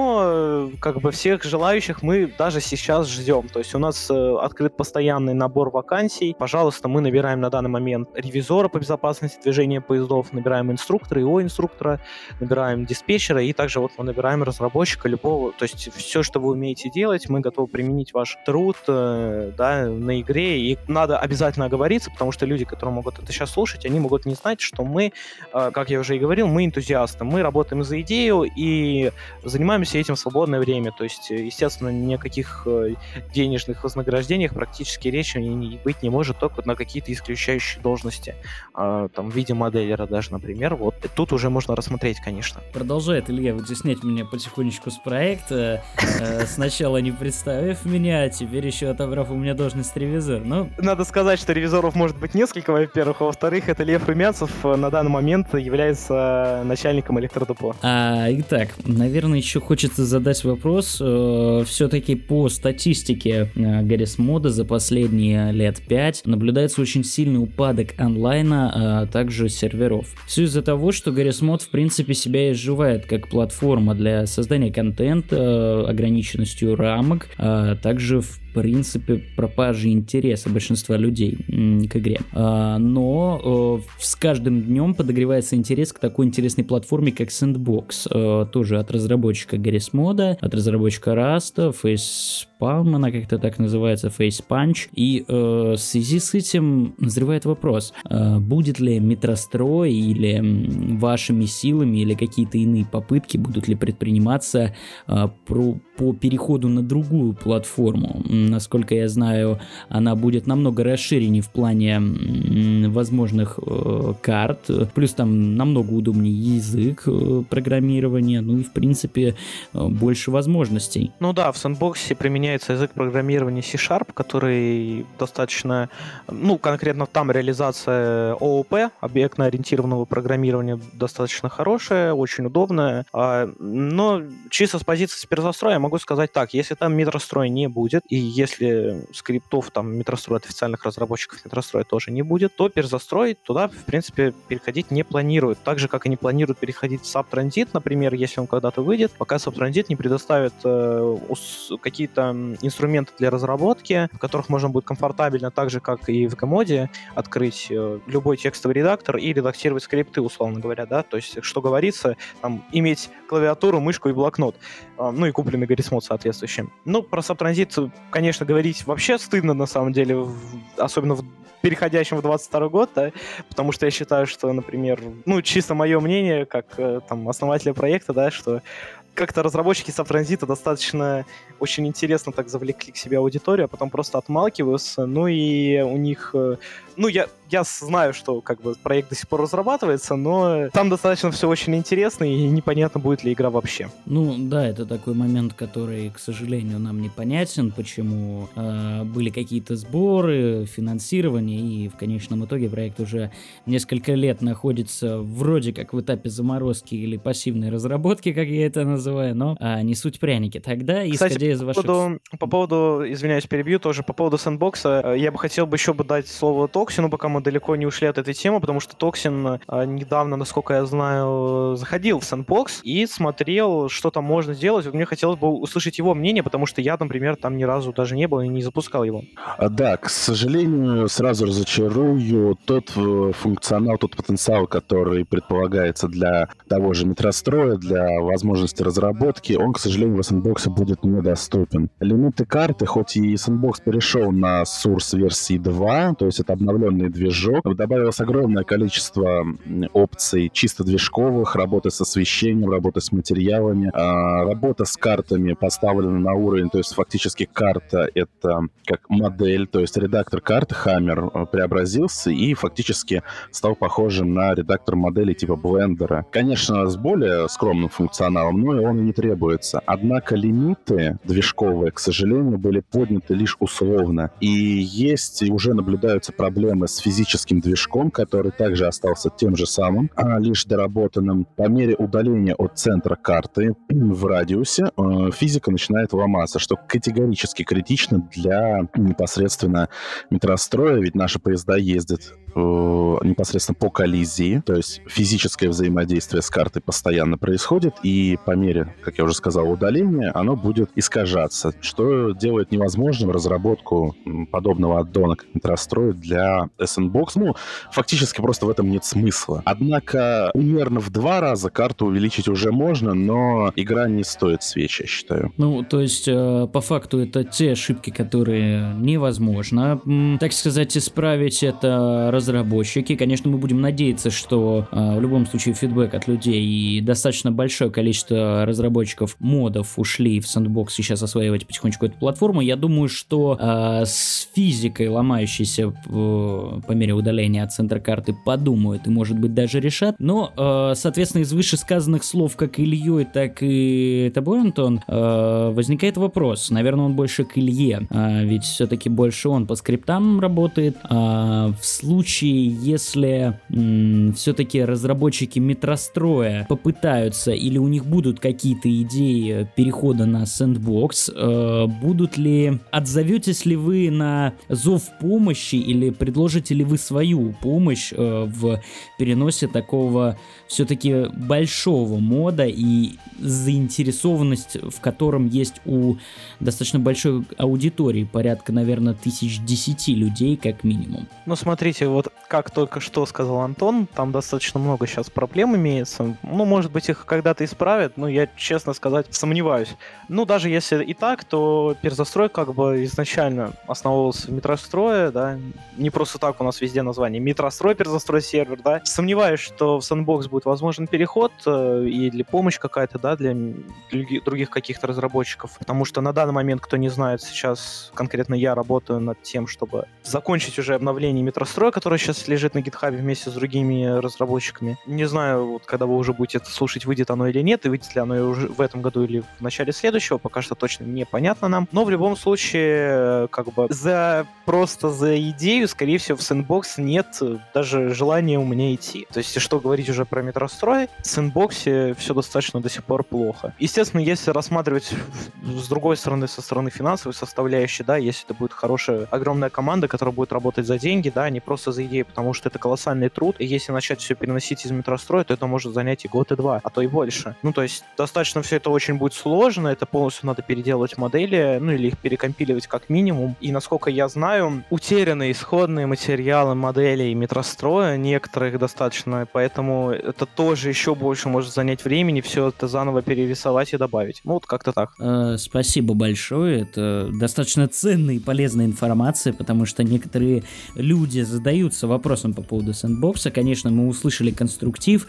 но, как бы, всех желающих мы даже сейчас ждем, то есть у нас э, открыт постоянный набор вакансий, пожалуйста, мы набираем на данный момент момент ревизора по безопасности движения поездов, набираем инструктора, ИО инструктора, набираем диспетчера, и также вот мы набираем разработчика любого, то есть все, что вы умеете делать, мы готовы применить ваш труд, да, на игре, и надо обязательно оговориться, потому что люди, которые могут это сейчас слушать, они могут не знать, что мы, как я уже и говорил, мы энтузиасты, мы работаем за идею и занимаемся этим в свободное время, то есть, естественно, никаких денежных вознаграждениях практически речи быть не может, только на какие-то исключающие должности, там, в виде моделлера даже, например, вот, тут уже можно рассмотреть, конечно. Продолжает Илья вытеснять меня потихонечку с проекта, сначала не представив меня, а теперь еще отобрав у меня должность ревизора. Ну, надо сказать, что ревизоров может быть несколько, во-первых, а во-вторых, это Лев Румянцев на данный момент является начальником электродепо. А, итак, наверное, еще хочется задать вопрос. Все-таки по статистике Гаррис Мода за последние лет пять наблюдается очень сильный упадок онлайна, а также серверов. Все из-за того, что Гаррис Мод в принципе себя изживает как платформа для создания контента, ограниченностью рамок, а также в принципе пропажи интереса большинства людей к игре. Но с каждым днем подогревается интерес к такой интересной платформе, как Sandbox, тоже от разработчика Гаррис Мода, от разработчика Rust, Facepalm, она как-то так называется, Facepunch. И в связи с этим назревает вопрос, будет ли метрострой или вашими силами или какие-то иные попытки будут ли предприниматься по, по переходу на другую платформу. Насколько я знаю, она будет намного расширеннее в плане м, возможных э, карт, плюс там намного удобнее язык э, программирования, ну и в принципе э, больше возможностей. Ну да, в Sandbox применяется язык программирования C-Sharp, который достаточно, ну конкретно там реализация ООП, объектно-ориентированного программирования, достаточно хорошая, очень удобная, а, но чисто с позиции перезастроя я могу сказать так, если там метрострой не будет, и если скриптов там метрострой от официальных разработчиков метростроя тоже не будет, то перезастрой туда, в принципе, переходить не планируют. Так же, как и не планируют переходить в Subtransit, например, если он когда-то выйдет, пока Subtransit не предоставит э, ус- какие-то инструменты для разработки, в которых можно будет комфортабельно, так же, как и в Gmod, открыть э, любой текстовый редактор и редактировать скрипты, условно говоря, да, то есть, что говорится, там, иметь клавиатуру, мышку и блокнот, э, ну и купленный Гаррис Мод соответствующий. Ну, про Subtransit, конечно, говорить вообще стыдно, на самом деле, в, особенно в переходящем в двадцать второй год, да, потому что я считаю, что, например, ну, чисто мое мнение, как э, там основателя проекта, да, что как-то разработчики Subtransit достаточно очень интересно так завлекли к себе аудиторию, а потом просто отмалкиваются, ну и у них, ну я, я знаю, что как бы проект до сих пор разрабатывается, но там достаточно все очень интересно и непонятно, будет ли игра вообще. Ну да, это такой момент, который, к сожалению, нам непонятен, почему э, были какие-то сборы, финансирование, и в конечном итоге проект уже несколько лет находится вроде как в этапе заморозки или пассивной разработки, как я это называю, называю, но а, не суть пряники. Тогда, кстати, исходя из по ваших... Поводу, по поводу, извиняюсь, перебью тоже, по поводу сэндбокса, я бы хотел бы еще бы дать слово Токсину, пока мы далеко не ушли от этой темы, потому что Токсин а, недавно, насколько я знаю, заходил в сэндбокс и смотрел, что там можно сделать. Мне хотелось бы услышать его мнение, потому что я, например, там ни разу даже не был и не запускал его. А, да, к сожалению, сразу разочарую, тот функционал, тот потенциал, который предполагается для того же метростроя, для возможности разработки, он, к сожалению, в сэндбоксе будет недоступен. Лимиты карты, хоть и сэндбокс перешел на Source версии два, то есть это обновленный движок, добавилось огромное количество опций чисто движковых, работы с освещением, работы с материалами, работа с картами поставлена на уровень, то есть фактически карта — это как модель, то есть редактор карты Hammer преобразился и фактически стал похожим на редактор модели типа блендера. Конечно, с более скромным функционалом, но и он и не требуется. Однако лимиты движковые, к сожалению, были подняты лишь условно. И есть, и уже наблюдаются проблемы с физическим движком, который также остался тем же самым, а лишь доработанным. По мере удаления от центра карты в радиусе физика начинает ломаться, что категорически критично для непосредственно метростроя, ведь наши поезда ездят э, непосредственно по коллизии, то есть физическое взаимодействие с картой постоянно происходит, и по мере, как я уже сказал, удаления, оно будет искажаться, что делает невозможным разработку подобного аддона, как Metrostroid, для сэндбокс. Ну, фактически просто в этом нет смысла. Однако примерно в два раза карту увеличить уже можно, но игра не стоит свеч, я считаю. Ну, то есть, э, по факту, это те ошибки, которые невозможно, м, так сказать, исправить. Это разработчики. Конечно, мы будем надеяться, что э, в любом случае фидбэк от людей и достаточно большое количество разработчиков модов ушли в сэндбокс сейчас осваивать потихонечку эту платформу. Я думаю, что э, с физикой, ломающейся э, по мере удаления от центра карты, подумают и, может быть, даже решат. Но, э, соответственно, из вышесказанных слов как Ильей, так и тобой, Антон, э, возникает вопрос. Наверное, он больше к Илье, э, ведь все-таки больше он по скриптам работает. А в случае, если м, все-таки разработчики Метростроя попытаются или у них будут какие-то идеи перехода на сэндбокс, э, будут ли, отзоветесь ли вы на зов помощи или предложите ли вы свою помощь э, в переносе такого все-таки большого мода и заинтересованность в котором есть у достаточно большой аудитории, порядка, наверное, тысяч десяти людей как минимум. Ну, смотрите, вот как только что сказал Антон, там достаточно много сейчас проблем имеется. Ну, может быть, их когда-то исправят, но я, честно сказать, сомневаюсь. Ну, даже если и так, то перзастрой как бы изначально основывался в Метрострое, да, не просто так у нас везде название Метрострой, перзастрой сервер, да. Сомневаюсь, что в сэндбокс будет возможен переход э, или помощь какая-то, да, для других каких-то разработчиков, потому что на данный момент, кто не знает, сейчас конкретно я работаю над тем, чтобы закончить уже обновление Метростроя, которое сейчас лежит на GitHub вместе с другими разработчиками. Не знаю, вот, когда вы уже будете это слушать, выйдет оно или нет, и выйдет ли оно уже в этом году или в начале следующего, пока что точно непонятно нам. Но в любом случае, как бы за просто за идею, скорее всего, в сэндбокс нет даже желания у меня идти. То есть, что говорить уже про Метрострой, в сэндбоксе все достаточно до сих пор плохо. Естественно, если рассматривать с другой стороны, со стороны финансовой составляющей, да, если это будет хорошая, огромная команда, которая будет работать за деньги, да, не просто за идею, потому что это колоссальный труд, и если начать все переносить из Метростроя, то это может занять и год, и два, а то и больше. Ну, то есть, достаточно все это очень будет сложно, это полностью надо переделать модели, ну, или их перекомпиливать как минимум, и, насколько я знаю, утеряны исходные материалы моделей Метростроя, некоторых достаточно, поэтому это тоже еще больше может занять времени, все это заново перерисовать и добавить. Ну, вот как-то так. Э, спасибо большое, это достаточно ценная и полезная информация, потому что некоторые люди задаются вопросом по поводу сэндбокса. Конечно, мы услышали конструктив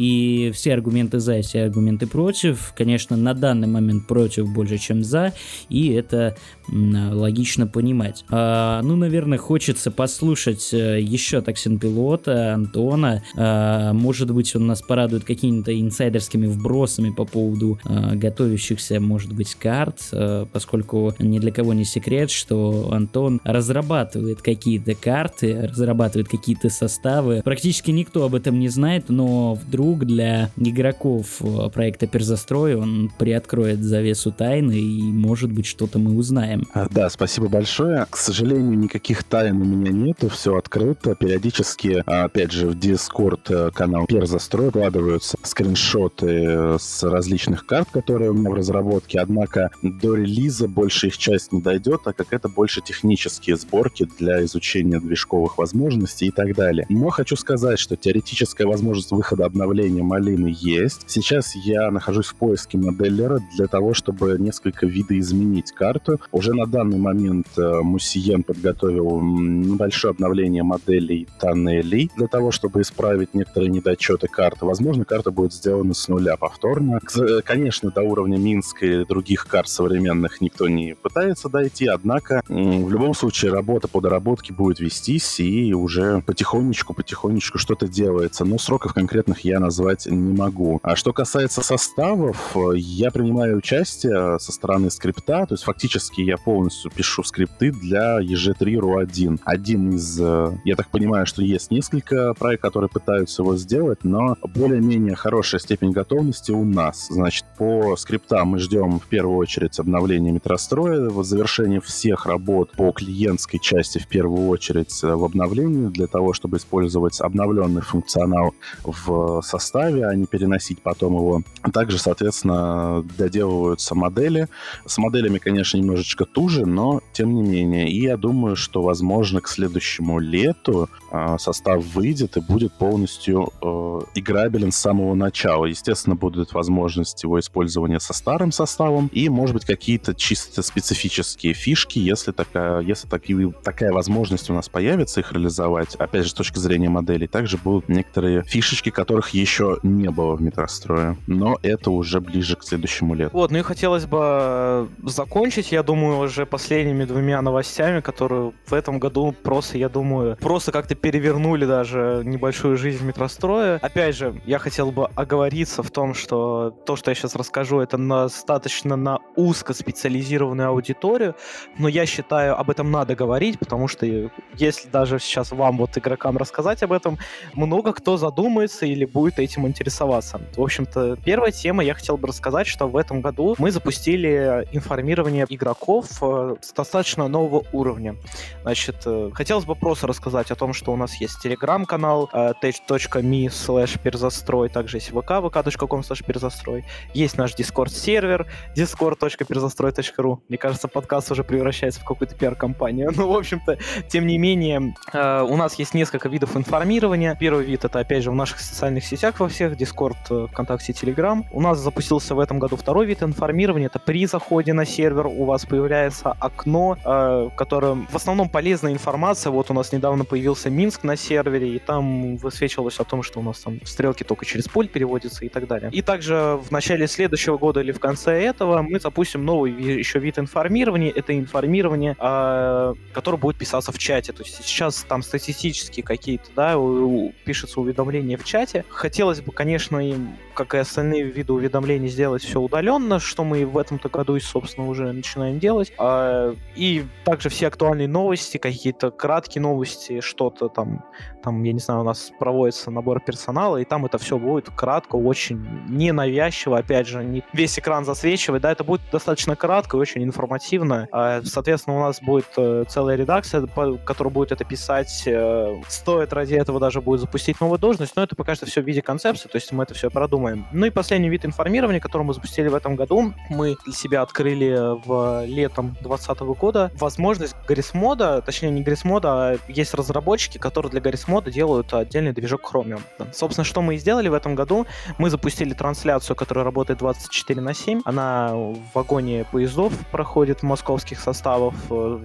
и все аргументы за, и все аргументы против. Конечно, на данный момент против больше, чем за, и это м, логично понимать. А, ну, наверное, хочется послушать еще Токсинпилота, Антона. А, может быть, он нас порадует какими-то инсайдерскими вбросами по поводу а, готовящихся, может быть, карт, а, поскольку ни для кого не секрет, что Антон разрабатывает какие-то карты, разрабатывает какие-то составы. Практически никто об этом не знает, но вдруг для игроков проекта Перзастрой он приоткроет завесу тайны, и, может быть, что-то мы узнаем. Да, спасибо большое. К сожалению, никаких тайн у меня нету, все открыто. Периодически, опять же, в Discord канал Перзастрой выкладываются скриншоты с различных карт, которые у меня в разработке, однако до релиза большая их часть не дойдет, так как это больше технические сборки для изучения движковых возможностей и так далее. Но хочу сказать, что теоретическая возможность выхода обновления Малины есть. Сейчас я нахожусь в поиске моделлера для того, чтобы несколько видоизменить карту. Уже на данный момент Мусиен подготовил небольшое обновление моделей тоннелей для того, чтобы исправить некоторые недочеты карты. Возможно, карта будет сделана с нуля повторно. Конечно, до уровня Минска и других карт современных никто не пытается дойти, однако в любом случае работа по доработке будет вестись, и уже потихонечку-потихонечку что-то делается, но сроков конкретных я назвать не могу. А что касается составов, я принимаю участие со стороны скрипта, то есть фактически я полностью пишу скрипты для и джи три эр ю один. Один из, я так понимаю, что есть несколько проектов, которые пытаются его сделать, но более-менее хорошая степень готовности у нас. Значит, по скриптам мы ждем в первую очередь обновления Метростроя, завершение всех работ по клиентской части в первую очередь в обновлении обновлений для того, чтобы использовать обновленный функционал в составе, а не переносить потом его. Также, соответственно, доделываются модели. С моделями, конечно, немножечко туже, но тем не менее. И я думаю, что, возможно, к следующему лету э, состав выйдет и будет полностью э, играбелен с самого начала. Естественно, будут возможности его использования со старым составом и, может быть, какие-то чисто специфические фишки, если такая, если такие, такая возможность у нас появится их реализовать, опять же, с точки зрения моделей, также будут некоторые фишечки, которых еще не было в метрострое. Но это уже ближе к следующему лету. Вот, ну и хотелось бы закончить, я думаю, уже последними двумя новостями, которые в этом году просто, я думаю, просто как-то перевернули даже небольшую жизнь метростроя. Опять же, я хотел бы оговориться в том, что то, что я сейчас расскажу, это достаточно на узкоспециализированную аудиторию, но я считаю, об этом надо говорить, потому что если даже сейчас вам, вот игрокам, рассказать об этом, много кто задумается или будет этим интересоваться. В общем-то, первая тема, я хотел бы рассказать, что в этом году мы запустили информирование игроков с достаточно нового уровня. Значит, хотелось бы просто рассказать о том, что у нас есть телеграм-канал tech точка me слэш перзастрой, также есть vk, vk точка com слэш перзастрой, есть наш дискорд-сервер discord точка перзастрой точка ру. Мне кажется, подкаст уже превращается в какую-то пиар-компанию. Ну, в общем-то, тем не менее, у нас есть несколько видов информирования. Первый вид — это, опять же, в наших социальных сетях во всех, Discord, ВКонтакте, Telegram. У нас запустился в этом году второй вид информирования. Это при заходе на сервер у вас появляется окно, в котором в основном полезная информация. Вот у нас недавно появился Минск на сервере, и там высвечивалось о том, что у нас там стрелки только через пульт переводятся и так далее. И также в начале следующего года или в конце этого мы запустим новый еще вид информирования. Это информирование, которое будет писаться в чате. То есть сейчас там статистически какие-то, да, пишется уведомления в чате. Хотелось бы, конечно, им, как и остальные виды уведомлений, сделать все удаленно, что мы в этом-то году и, собственно, уже начинаем делать. И также все актуальные новости, какие-то краткие новости, что-то там, там, я не знаю, у нас проводится набор персонала, и там это все будет кратко, очень ненавязчиво, опять же, не весь экран засвечивает, да, это будет достаточно кратко и очень информативно. Соответственно, у нас будет целая редакция, которая будет это писать. Стоит ради этого даже будет запустить новую должность, но это пока что все в виде концепции, то есть мы это все продумаем. Ну и последний вид информирования, который мы запустили в этом году, мы для себя открыли в летом двадцатого года возможность Гаррисмода, точнее не Гаррисмода, а есть разработчики, которые для Гаррисмода делают отдельный движок Chromium. Собственно, что мы и сделали в этом году, мы запустили трансляцию, которая работает двадцать четыре на семь, она в вагоне поездов проходит, московских составов,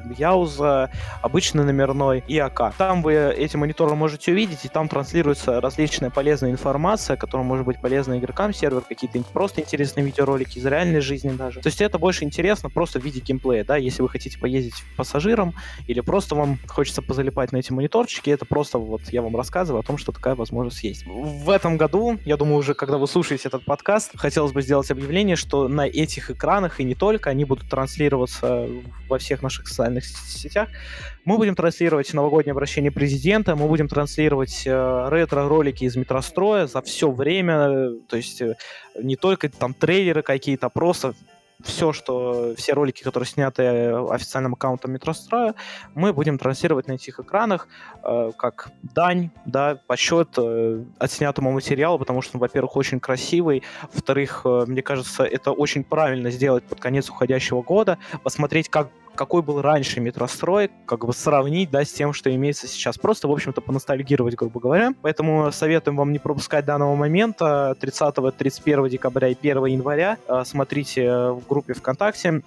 Яуза, обычный номерной и АК. Там вы эти мониторы можете увидеть, и там транслируется различная полезная информация, которая может быть полезна игрокам сервера, какие-то просто интересные видеоролики из реальной жизни даже. То есть это больше интересно просто в виде геймплея, да, если вы хотите поездить пассажиром или просто вам хочется позалипать на эти мониторчики, это просто вот я вам рассказываю о том, что такая возможность есть. В этом году, я думаю, уже когда вы слушаете этот подкаст, хотелось бы сделать объявление, что на этих экранах и не только, они будут транслироваться во всех наших социальных сетях. Мы будем транслировать новогоднее обращение президента, мы будем транслировать э, ретро-ролики из метростроя за все время, то есть э, не только там трейлеры какие-то, а просто все, что, все ролики, которые сняты официальным аккаунтом метростроя, мы будем транслировать на этих экранах э, как дань, да, почет э, отснятому материалу, потому что он, во-первых, очень красивый, во-вторых, э, мне кажется, это очень правильно сделать под конец уходящего года, посмотреть, как какой был раньше метрострой, как бы сравнить, да, с тем, что имеется сейчас. Просто, в общем-то, поностальгировать, грубо говоря. Поэтому советуем вам не пропускать данного момента. тридцатого, тридцать первого декабря и первого января смотрите в группе ВКонтакте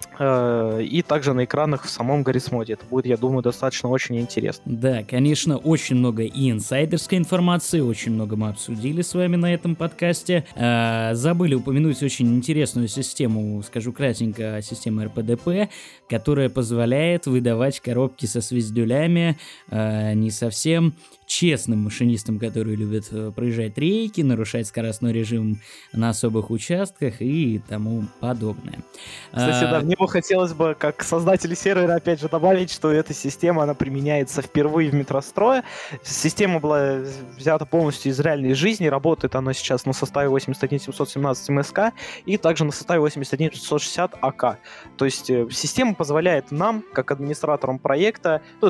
и также на экранах в самом Гаррисмоде. Это будет, я думаю, достаточно очень интересно. Да, конечно, очень много и инсайдерской информации, очень много мы обсудили с вами на этом подкасте. Забыли упомянуть очень интересную систему, скажу кратенько, систему эр пэ дэ пэ, которая позволяет выдавать коробки со звездюлями э, не совсем честным машинистам, которые любят э, проезжать рейки, нарушать скоростной режим на особых участках и тому подобное. Кстати, а... да, мне бы хотелось бы, как создатели сервера, опять же, добавить, что эта система, она применяется впервые в метрострое. Система была взята полностью из реальной жизни, работает она сейчас на составе восемьдесят один семьсот семнадцать эм эс ка и также на составе восемьдесят один пятьсот шестьдесят а ка. То есть э, система позволяет нам, как администраторам проекта, ну, это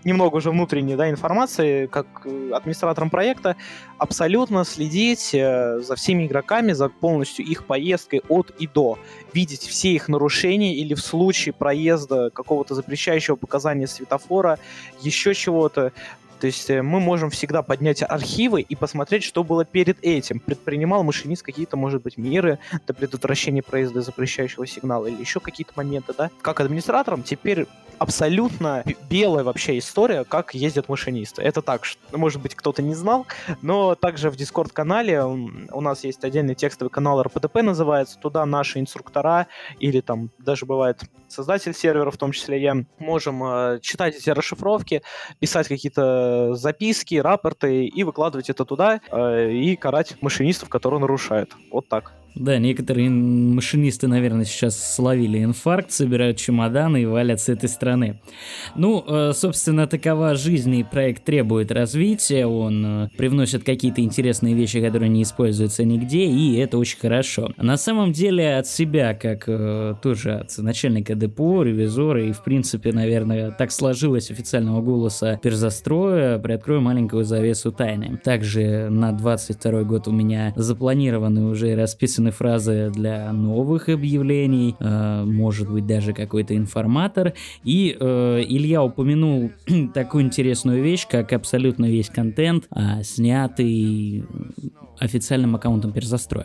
немного уже внутренней, да, информации, как администратором проекта, абсолютно следить за всеми игроками, за полностью их поездкой от и до, видеть все их нарушения или в случае проезда какого-то запрещающего показания светофора, еще чего-то. То есть мы можем всегда поднять архивы и посмотреть, что было перед этим. Предпринимал машинист какие-то, может быть, меры для предотвращения проезда запрещающего сигнала или еще какие-то моменты, да? Как администратором теперь абсолютно белая вообще история, как ездят машинисты. Это так, что, может быть, кто-то не знал, но также в Discord-канале у нас есть отдельный текстовый канал эр пэ дэ пэ называется, туда наши инструктора или там даже бывает создатель сервера, в том числе я, можем э, читать эти расшифровки, писать какие-то записки, рапорты и выкладывать это туда э, и карать машинистов, которые нарушают. Вот так. Да, некоторые машинисты, наверное, сейчас словили инфаркт, собирают чемоданы и валят с этой страны. Ну, собственно, такова жизнь, и проект требует развития, он привносит какие-то интересные вещи, которые не используются нигде, и это очень хорошо. На самом деле, от себя, как тоже от начальника депо, ревизора, и, в принципе, наверное, так сложилось официального голоса Перзастроя, приоткрою маленькую завесу тайны. Также на двадцать второй год у меня запланированы уже и расписаны фразы для новых объявлений, э, может быть даже какой-то информатор. И э, Илья упомянул такую интересную вещь, как абсолютно весь контент, э, снятый официальным аккаунтом Перзастроя.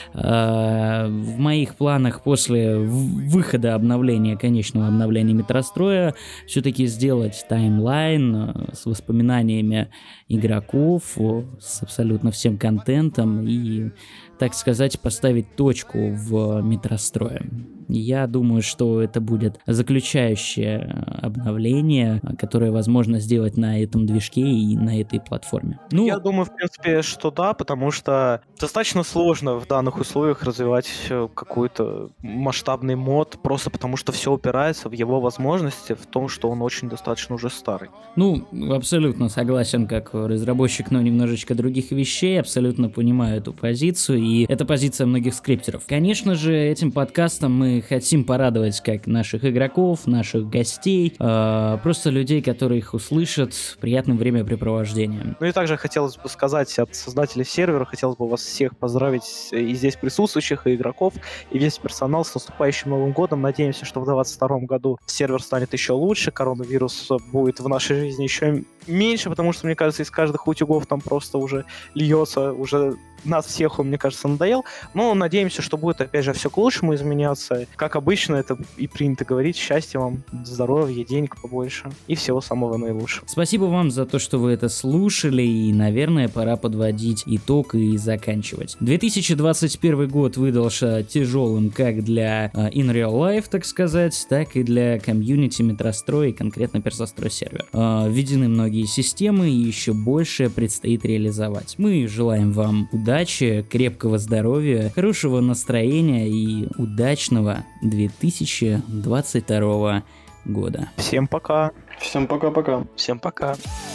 Э, в моих планах после выхода обновления, конечного обновления Метростроя, все-таки сделать таймлайн э, с воспоминаниями игроков, с абсолютно всем контентом и, так сказать, поставить точку в Метрострое. Я думаю, что это будет заключающее обновление, которое возможно сделать на этом движке и на этой платформе. Ну, я думаю, в принципе, что да, потому что достаточно сложно в данных условиях развивать какой-то масштабный мод, просто потому что все упирается в его возможности, в том, что он очень достаточно уже старый. Ну, абсолютно согласен как разработчик, но немножечко других вещей, абсолютно понимаю эту позицию, и это позиция многих скриптеров. Конечно же, этим подкастом мы хотим порадовать как наших игроков, наших гостей, э, просто людей, которые их услышат, приятным времяпрепровождением. Ну и также хотелось бы сказать от создателей сервера, хотелось бы вас всех поздравить и здесь присутствующих, и игроков, и весь персонал с наступающим Новым годом. Надеемся, что в двадцать втором году сервер станет еще лучше, коронавирус будет в нашей жизни еще меньше, потому что, мне кажется, из каждых утюгов там просто уже льется, уже нас всех он, мне кажется, надоел. Но надеемся, что будет, опять же, все к лучшему изменяться. Как обычно, это и принято говорить. Счастья вам, здоровья, денег побольше и всего самого наилучшего. Спасибо вам за то, что вы это слушали, и, наверное, пора подводить итог и заканчивать. две тысячи двадцать первый год выдался тяжелым как для uh, in real life, так сказать, так и для комьюнити Метрострой и конкретно Перзастрой сервер. Uh, введены многие системы, и еще больше предстоит реализовать. Мы желаем вам удачи, крепкого здоровья, хорошего настроения и удачного две тысячи двадцать второго года. Всем пока. Всем пока-пока. Всем пока.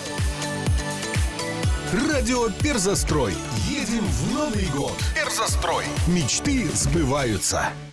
Радио Перзастрой. Едем в Новый год. Перзастрой. Мечты сбываются.